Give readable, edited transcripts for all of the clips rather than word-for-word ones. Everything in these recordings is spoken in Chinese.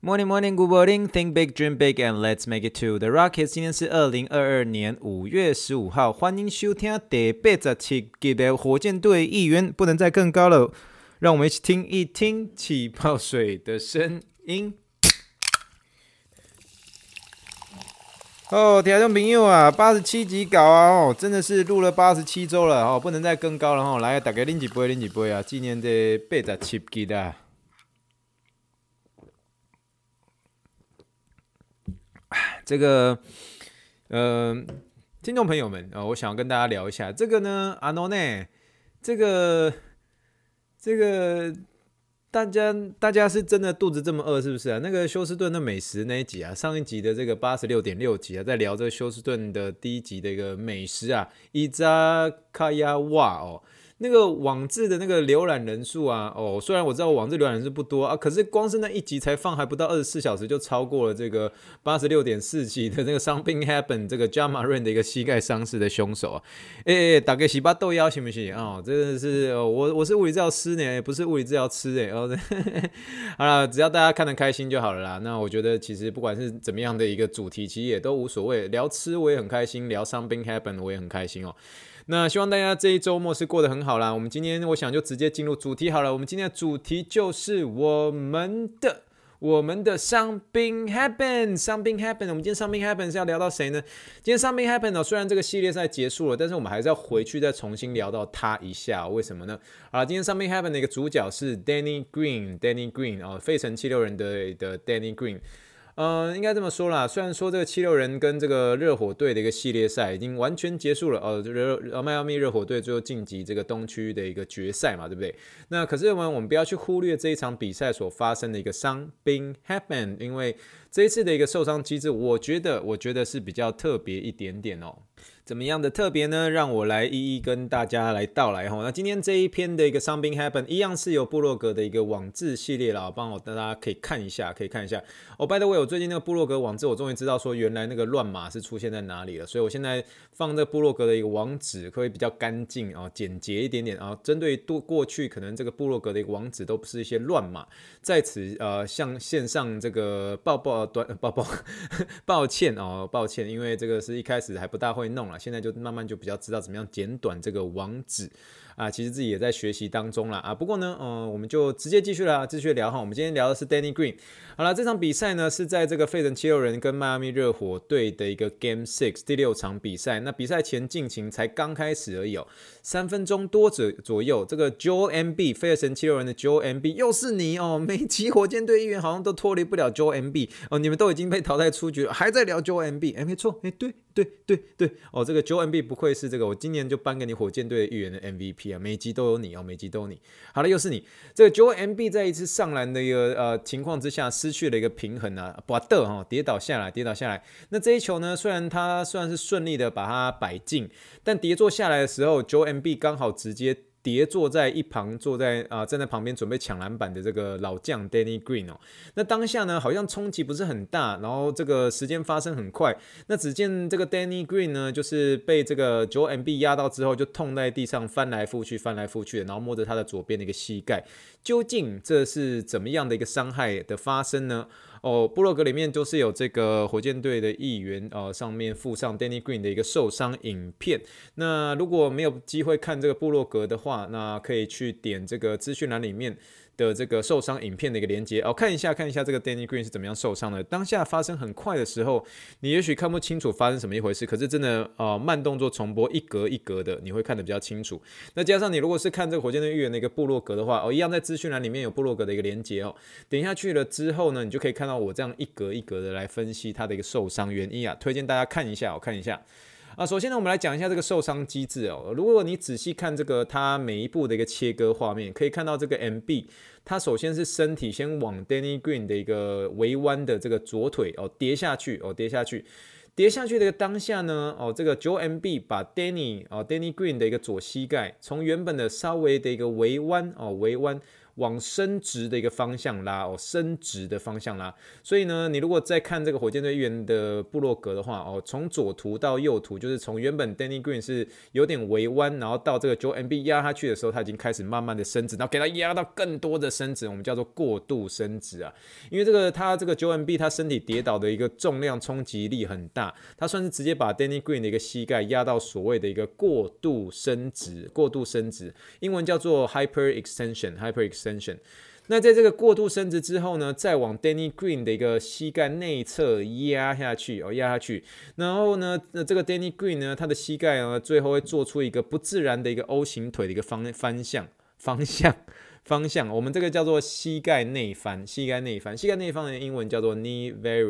Morning, morning, good morning. Think big, dream big, and let's make it to the Rockets. 今天是2022年5月15号，欢迎收听第87集的火箭队议员，不能再更高了。让我们一起听一听气泡水的声音。听众朋友啊，87集搞啊，真的是录了87周了不能再更高了来，大家啉一杯，啉一杯啊，纪念这87集啊。这个听众朋友们我想要跟大家聊一下这个呢，这个大家是真的肚子这么饿是不是啊？那个休斯顿的美食那一集啊，上一集的这个 86.6 集啊，在聊这个休斯顿的第一集的一个美食啊，伊扎卡亚瓦那个网志的那个浏览人数啊，虽然我知道网志浏览人数不多啊，可是光是那一集才放还不到24小时，就超过了这个 86.4 集的那个 Something Happened 这个 Ja Morant 的一个膝盖伤势的凶手啊，大家洗把豆腰行不行真的是我是物理治疗师呢，不是物理治疗师好啦，只要大家看得开心就好了啦。那我觉得其实不管是怎么样的一个主题，其实也都无所谓，聊吃我也很开心，聊 Something Happened 我也很开心那希望大家这一周末是过得很好啦。我们今天我想就直接进入主题好了。我们今天的主题就是我们的 Something Happen。 我们今天 Something Happen 是要聊到谁呢？今天 Something Happen 虽然这个系列赛结束了，但是我们还是要回去再重新聊到他一下为什么呢？好，今天 Something Happen 的一个主角是 Danny Green 费城76人的 Danny Green。应该这么说啦，虽然说这个76人跟这个热火队的一个系列赛已经完全结束了迈阿密热火队最后晋级这个东区的一个决赛嘛，对不对？那可是我们不要去忽略这一场比赛所发生的一个 something happen， 因为这一次的一个受伤机制，我觉得是比较特别一点点怎么样的特别呢？让我来一一跟大家来道来那今天这一篇的一个 Something Happen 一样是由部落格的一个网志系列啦，帮我大家可以看一下by the way， 我最近那个部落格网志我终于知道说原来那个乱码是出现在哪里了，所以我现在放这部落格的一个网址会比较干净简洁一点点针对过去可能这个部落格的一个网址都不是一些乱码，在此向线上这个抱歉因为这个是一开始还不大会弄啦，现在就慢慢就比较知道怎么样简短这个网址其实自己也在学习当中啦不过呢我们就直接继续聊我们今天聊的是 Danny Green。 好啦，这场比赛呢是在这个费城76人跟迈阿密热火队的一个 Game 6第6场比赛，那比赛前进行才刚开始而已3分钟多左右，这个 Joel Embiid 费城76人的 Joel Embiid 又是你每集火箭队议员好像都脱离不了 Joel Embiid你们都已经被淘汰出局了，还在聊 Joel Embiid没错对这个 Joel Embiid 不愧是这个我今年就颁给你火箭队的议员的 MVP每集都有你每集都有你。好了，又是你这个 Joel Embiid 在一次上篮的一个情况之下失去了一个平衡跌倒下来。那这一球呢，虽然他算是顺利的把它摆进，但跌坐下来的时候 Joel Embiid 刚好直接跌坐在一旁，站在旁边准备抢篮板的这个老将 Danny Green 那当下呢好像冲击不是很大，然后这个时间发生很快，那只见这个 Danny Green 呢就是被这个 Joel Embiid 压到之后就痛在地上翻来覆去的，然后摸着他的左边的一个膝盖，究竟这是怎么样的一个伤害的发生呢？部落格里面就是有这个火箭队的议员上面附上 Danny Green 的一个受伤影片。那如果没有机会看这个部落格的话，那可以去点这个资讯栏里面的这个受伤影片的一个连结看一下这个 Danny Green 是怎么样受伤的。当下发生很快的时候，你也许看不清楚发生什么一回事，可是真的慢动作重播一格一格的，你会看得比较清楚。那加上你如果是看这个火箭队议员的一个部落格的话一样在资讯栏里面有部落格的一个连结点下去了之后呢，你就可以看到我这样一格一格的来分析他的一个受伤原因推荐大家看一下首先呢，我们来讲一下这个受伤机制如果你仔细看这个他每一步的一个切割画面，可以看到这个 MB 他首先是身体先往 Danny Green 的一个微弯的这个左腿跌下去的一个当下呢这个 Joel Embiid 把 Danny Green 的一个左膝盖从原本的稍微的一个微弯往升值的一个方向拉升值的方向拉。所以呢，你如果再看这个火箭队议员的部落格的话从左图到右图，就是从原本 Danny Green 是有点微弯，然后到这个 Joel Embiid 压下去的时候，他已经开始慢慢的升值，然后给他压到更多的升值，我们叫做过度升值啊。因为他这个 Joel Embiid 他身体跌倒的一个重量冲击力很大，他算是直接把 Danny Green 的一个膝盖压到所谓的一个过度升值，英文叫做 hyperextension。那在这个过度升值之后呢，再往 Danny Green 的一个膝盖内侧压下去，然后呢，这个 Danny Green 呢，他的膝盖呢，最后会做出一个不自然的一个 O 型腿的一个方向，我们这个叫做膝盖内翻的英文叫做 knee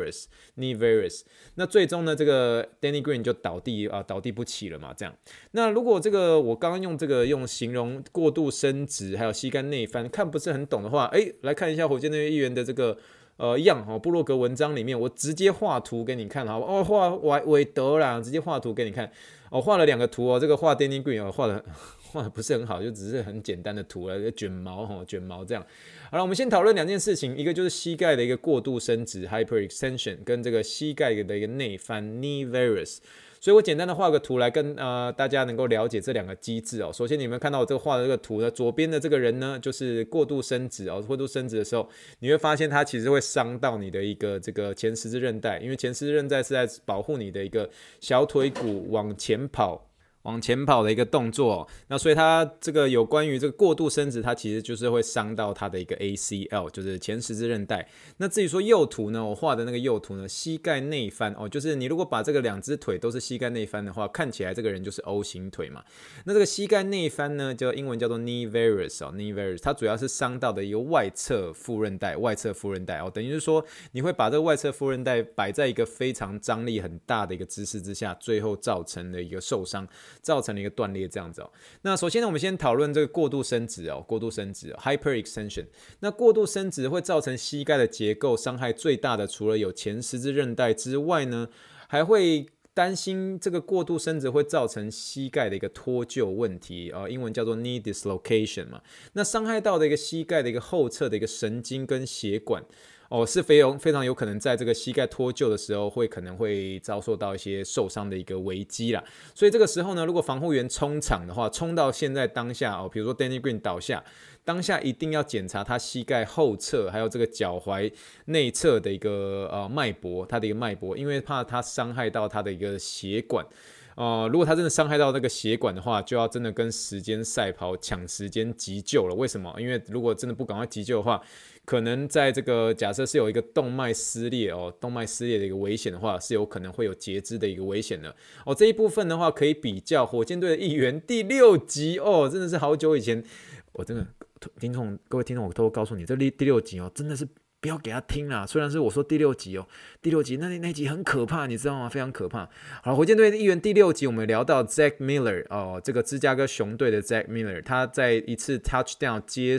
varus。那最终呢，这个 Danny Green 就倒地不起了嘛，这样。那如果我刚刚用形容过度伸直还有膝盖内翻看不是很懂的话，来看一下火箭队议员的这个部落格文章里面，我直接画图给你看，好不好？画韦德啦，直接画图给你看。画了2个图这个画 Danny Green 画的不是很好，就只是很简单的图了，卷毛这样。好了，我们先讨论2件事情，一个就是膝盖的一个过度伸直 hyperextension， 跟这个膝盖的一个内翻 knee varus。所以我简单的画个图来跟大家能够了解这2个机制首先你们看到我这个画的这个图呢，左边的这个人呢就是过度伸直过度伸直的时候，你会发现它其实会伤到你的一个这个前十字韧带，因为前十字韧带是在保护你的一个小腿骨往前跑的一个动作那所以它这个有关于这个过度伸直，它其实就是会伤到它的一个 ACL， 就是前十字韧带。那至于说右图呢，我画的那个右图呢，膝盖内翻就是你如果把这个2只腿都是膝盖内翻的话，看起来这个人就是 O 型腿嘛。那这个膝盖内翻呢，英文叫做 knee varus， 它主要是伤到的一个外侧副韧带等于是说你会把这个外侧副韧带摆在一个非常张力很大的一个姿势之下，最后造成了一个受伤，造成了一个断裂这样子那首先呢，我们先讨论这个过度伸直hyperextension。那过度伸直会造成膝盖的结构伤害最大的，除了有前十字韧带之外呢，还会担心这个过度伸直会造成膝盖的一个脱臼问题英文叫做 knee dislocation 嘛。那伤害到的一个膝盖的一个后侧的一个神经跟血管是非常有可能在这个膝盖脱臼的时候可能会遭受到一些受伤的一个危机啦。所以这个时候呢，如果防护员冲场的话，冲到现在当下比如说 Danny Green 倒下，当下一定要检查他膝盖后侧还有这个脚踝内侧的一个脉搏，他的一个脉搏，因为怕他伤害到他的一个血管。如果他真的伤害到那个血管的话，就要真的跟时间赛跑抢时间急救了。为什么？因为如果真的不赶快急救的话，可能在这个假设是有一个动脉撕裂的一个危险的话，是有可能会有截肢的一个危险的这一部分的话可以比较火箭队的议员第6集真的是好久以前，我真的各位听众，我偷偷告诉你，这第6集真的是不要给他听啦。虽然是我说第6集那集很可怕，你知道吗？非常可怕。好，火箭队的议员第6集，我们聊到 Zach Miller 这个芝加哥熊队的 Zach Miller， 他在一次 touchdown 接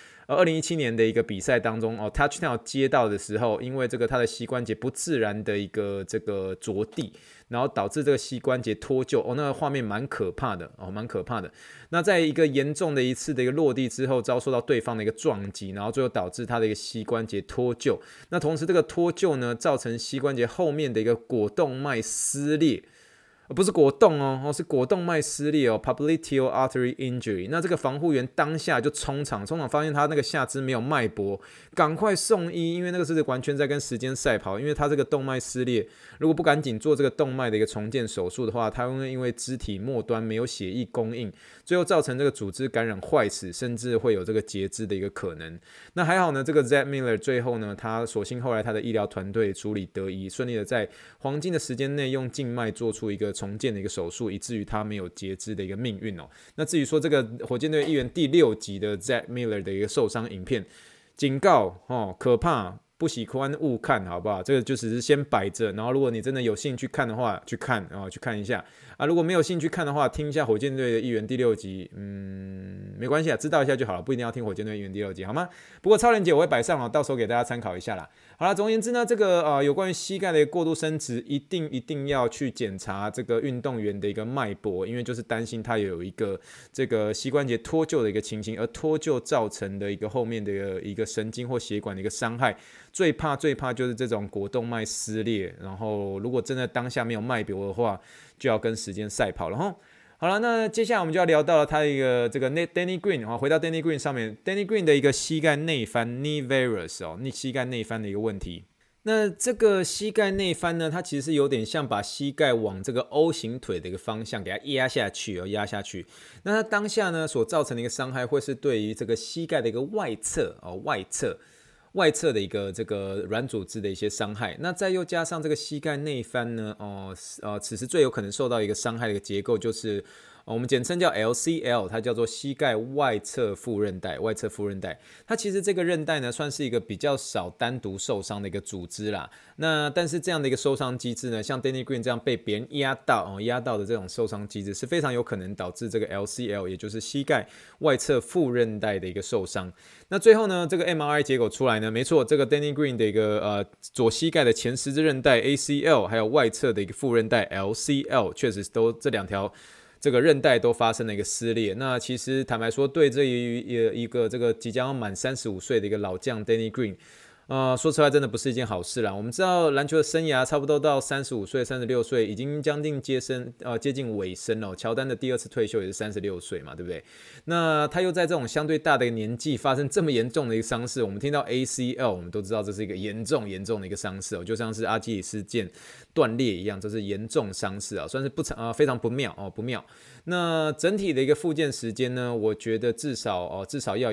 2017年的一个比赛当中touchdown 接到的时候，因为这个他的膝关节不自然的一个这个着地，然后导致这个膝关节脱臼那个画面蛮可怕的那在一个严重的一次的一个落地之后，遭受到对方的一个撞击，然后最后导致他的一个膝关节脱臼。那同时这个脱臼呢，造成膝关节后面的一个果动脉撕裂。不是果冻是果动脉撕裂popliteal artery injury。那这个防护员当下就冲场发现他那个下肢没有脉搏，赶快送医，因为那个是完全在跟时间赛跑，因为他这个动脉撕裂，如果不赶紧做这个动脉的一个重建手术的话，他会因为肢体末端没有血液供应，最后造成这个组织感染坏死，甚至会有这个截肢的一个可能。那还好呢，这个 Zach Miller 最后呢，他所幸后来他的医疗团队处理得宜，顺利的在黄金的时间内用静脉做出一个重建的一个手术，以至于他没有截肢的一个命运那至于说这个火箭队议员第6集的 Zach Miller 的一个受伤影片，警告可怕， 不喜欢勿看，好不好？这个就只是先摆着，然后如果你真的有兴趣看的话，去看去看一下啊。如果没有兴趣看的话，听一下火箭队的议员第6集，没关系啊，知道一下就好了，不一定要听火箭队议员第6集，好吗？不过超连结我会摆上到时候给大家参考一下啦。好了，总而言之呢，这个有关于膝盖的一个过度伸直，一定要去检查这个运动员的一个脉搏，因为就是担心他有一个这个膝关节脱臼的一个情形，而脱臼造成的一个后面的一个神经或血管的一个伤害。最怕就是这种果动脉撕裂，然后如果真的当下没有脉搏的话，就要跟时间赛跑了哈。好了，那接下来我们就要聊到了他一个这个 Danny Green 回到 Danny Green 上面 ，Danny Green 的一个膝盖内翻 knee varus 膝盖内翻的一个问题。那这个膝盖内翻呢，它其实是有点像把膝盖往这个 O 型腿的一个方向给它压下去。那它当下呢所造成的一个伤害，会是对于这个膝盖的一个外侧的一个这个软组织的一些伤害，那再又加上这个膝盖内翻呢，此时最有可能受到一个伤害的一个结构就是我们简称叫 LCL， 它叫做膝盖外侧副韧带。它其实这个韧带呢，算是一个比较少单独受伤的一个组织啦。那但是这样的一个受伤机制呢，像 Danny Green 这样被别人压到的这种受伤机制，是非常有可能导致这个 LCL， 也就是膝盖外侧副韧带的一个受伤。那最后呢，这个 MRI 结果出来呢，没错，这个 Danny Green 的一个左膝盖的前十字韧带 ACL， 还有外侧的一个副韧带 LCL， 确实都这2条。这个韧带都发生了一个撕裂，那其实坦白说，对这一个这个即将要满35岁的一个老将 Danny Green，说实话真的不是一件好事啦。我们知道篮球的生涯差不多到35岁、36岁，已经将近接近尾声了。乔丹的第2次退休也是36岁嘛，对不对？那他又在这种相对大的年纪发生这么严重的一个伤势，我们听到 ACL， 我们都知道这是一个严重的一个伤势就像是阿基里斯腱断裂一样，这是严重伤势算是非常不妙。那整体的一个复健时间呢，我觉得至少要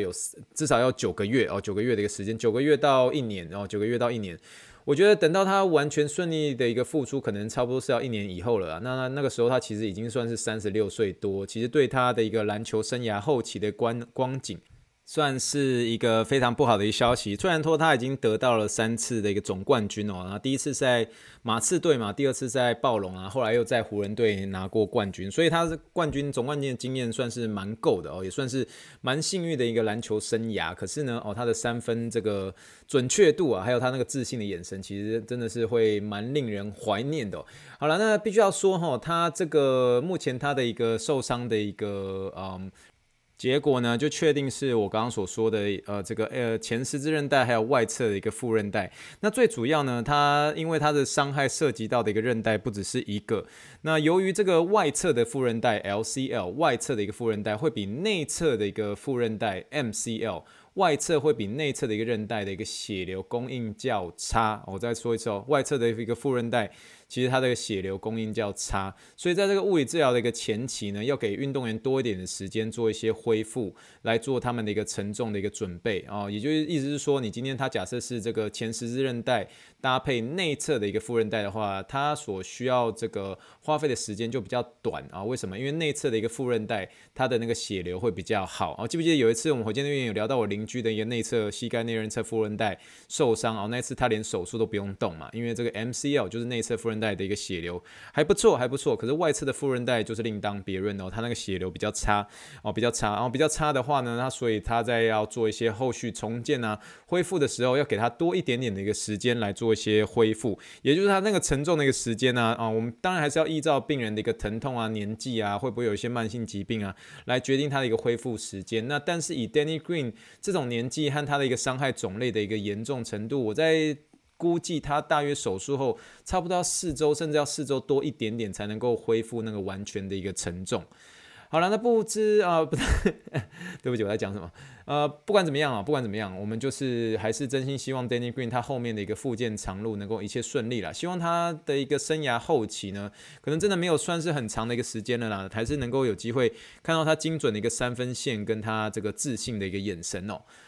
9个月9个月的一个时间，9个月到1年9个月到1年。我觉得等到他完全顺利的一个复出，可能差不多是要1年以后了那个时候他其实已经算是36岁多，其实对他的一个篮球生涯后期的光景，算是一个非常不好的一个消息。虽然说他已经得到了3次的一个总冠军那第一次在马刺队嘛，第2次在暴龙后来又在湖人队拿过冠军，所以他是总冠军的经验算是蛮够的也算是蛮幸运的一个篮球生涯。可是呢他的3分这个准确度还有他那个自信的眼神，其实真的是会蛮令人怀念的好了，那必须要说他这个目前他的一个受伤的一个结果呢，就确定是我刚刚所说的这个前十字韧带还有外侧的一个副韧带。那最主要呢，因为它的伤害涉及到的一个韧带不只是一个。那由于这个外侧的副韧带 LCL 外侧的一个副韧带会比内侧的一个副韧带 MCL。外侧会比内侧的一个韧带的一个血流供应较差。我再说一次外侧的一个副韧带其实它的血流供应较差，所以在这个物理治疗的一个前期呢，要给运动员多一点的时间做一些恢复，来做他们的一个承重的一个准备也就是意思是说，你今天他假设是这个前十字韧带搭配内侧的一个副韧带的话，他所需要这个花费的时间就比较短为什么？因为内侧的一个副韧带它的那个血流会比较好记不记得有一次我们火箭队有聊到我邻居的一个内侧膝盖内侧副韧带受伤那次他连手术都不用动嘛，因为这个 MCL 就是内侧副韧带的一个血流还不错，可是外侧的副韧带就是另当别论它那个血流比较差比较差的话呢，所以他在要做一些后续重建恢复的时候，要给他多一点点的一个时间来做一些恢复，也就是他那个承重的一个时间我们当然还是要依照病人的一个疼痛年纪会不会有一些慢性疾病来决定他的一个恢复时间。那但是以 Danny Green 这种年纪和他的一个伤害种类的一个严重程度，我在估计他大约手术后差不多要4周，甚至要4周多一点点才能够恢复那个完全的一个承重。好了，那不知对不起，我在讲什么？不管怎么样，我们就是还是真心希望 Danny Green 他后面的一个复健长路能够一切顺利啦。希望他的一个生涯后期呢，可能真的没有算是很长的一个时间了啦，还是能够有机会看到他精准的一个3分线跟他这个自信的一个眼神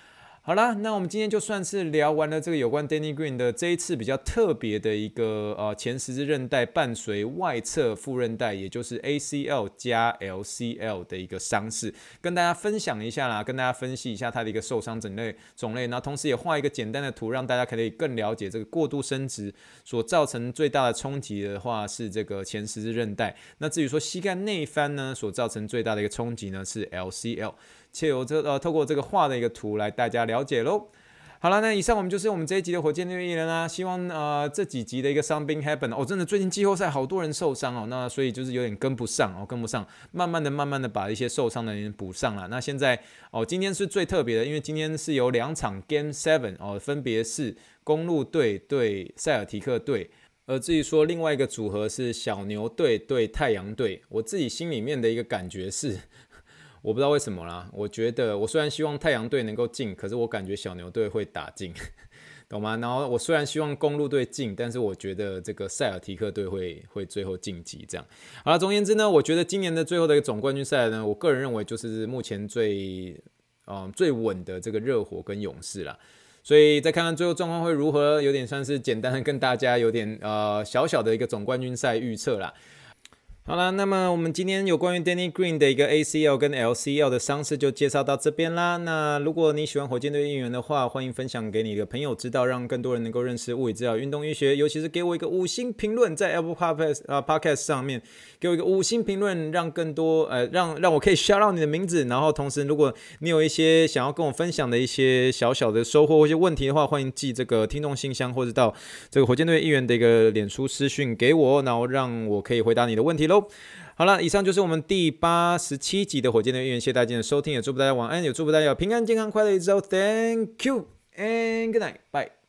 好啦，那我们今天就算是聊完了这个有关 Danny Green 的这一次比较特别的一个前十字韧带伴随外侧副韧带，也就是 ACL 加 LCL 的一个伤势，跟大家分享一下啦，跟大家分析一下它的一个受伤种类，然后同时也画一个简单的图，让大家可以更了解这个过度伸直所造成最大的冲击的话是这个前十字韧带。那至于说膝盖内翻呢，所造成最大的一个冲击呢是 LCL。且由透过这个画的一个图来大家了解咯。好了，那以上我们就是我们这一集的火箭队艺人啦。希望这几集的一个伤兵 happen 真的最近季后赛好多人受伤哦，那所以就是有点跟不上，慢慢的把一些受伤的人补上了。那现在今天是最特别的，因为今天是有2场 Game 7分别是公鹿队对塞尔提克队。至于说另外一个组合是小牛队对太阳队，我自己心里面的一个感觉是。我不知道为什么啦，我觉得我虽然希望太阳队能够进，可是我感觉小牛队会打进，懂吗？然后我虽然希望公鹿队进，但是我觉得这个塞尔提克队会最后晋级这样。好了，总而言之呢，我觉得今年的最后的一个总冠军赛呢，我个人认为就是目前最稳的这个热火跟勇士啦。所以再看看最后状况会如何，有点算是简单的跟大家有点小小的一个总冠军赛预测啦。好了，那么我们今天有关于 Danny Green 的一个 ACL 跟 LCL 的伤势就介绍到这边啦。那如果你喜欢火箭队应援的话，欢迎分享给你的朋友知道，让更多人能够认识物理治疗、运动医学。尤其是给我一个5星评论，在 Apple Podcast 上面给我一个5星评论，让更多让我可以 shout out 你的名字。然后同时，如果你有一些想要跟我分享的一些小小的收获或一些问题的话，欢迎寄这个听众信箱或者到这个火箭队应援的一个脸书私讯给我，然后让我可以回答你的问题咯。好了，以上就是我们第87集的火箭队应援，谢谢大家的收听，也祝福大家晚安，也祝福大家平安、健康、快乐一周。Thank you and good night, bye.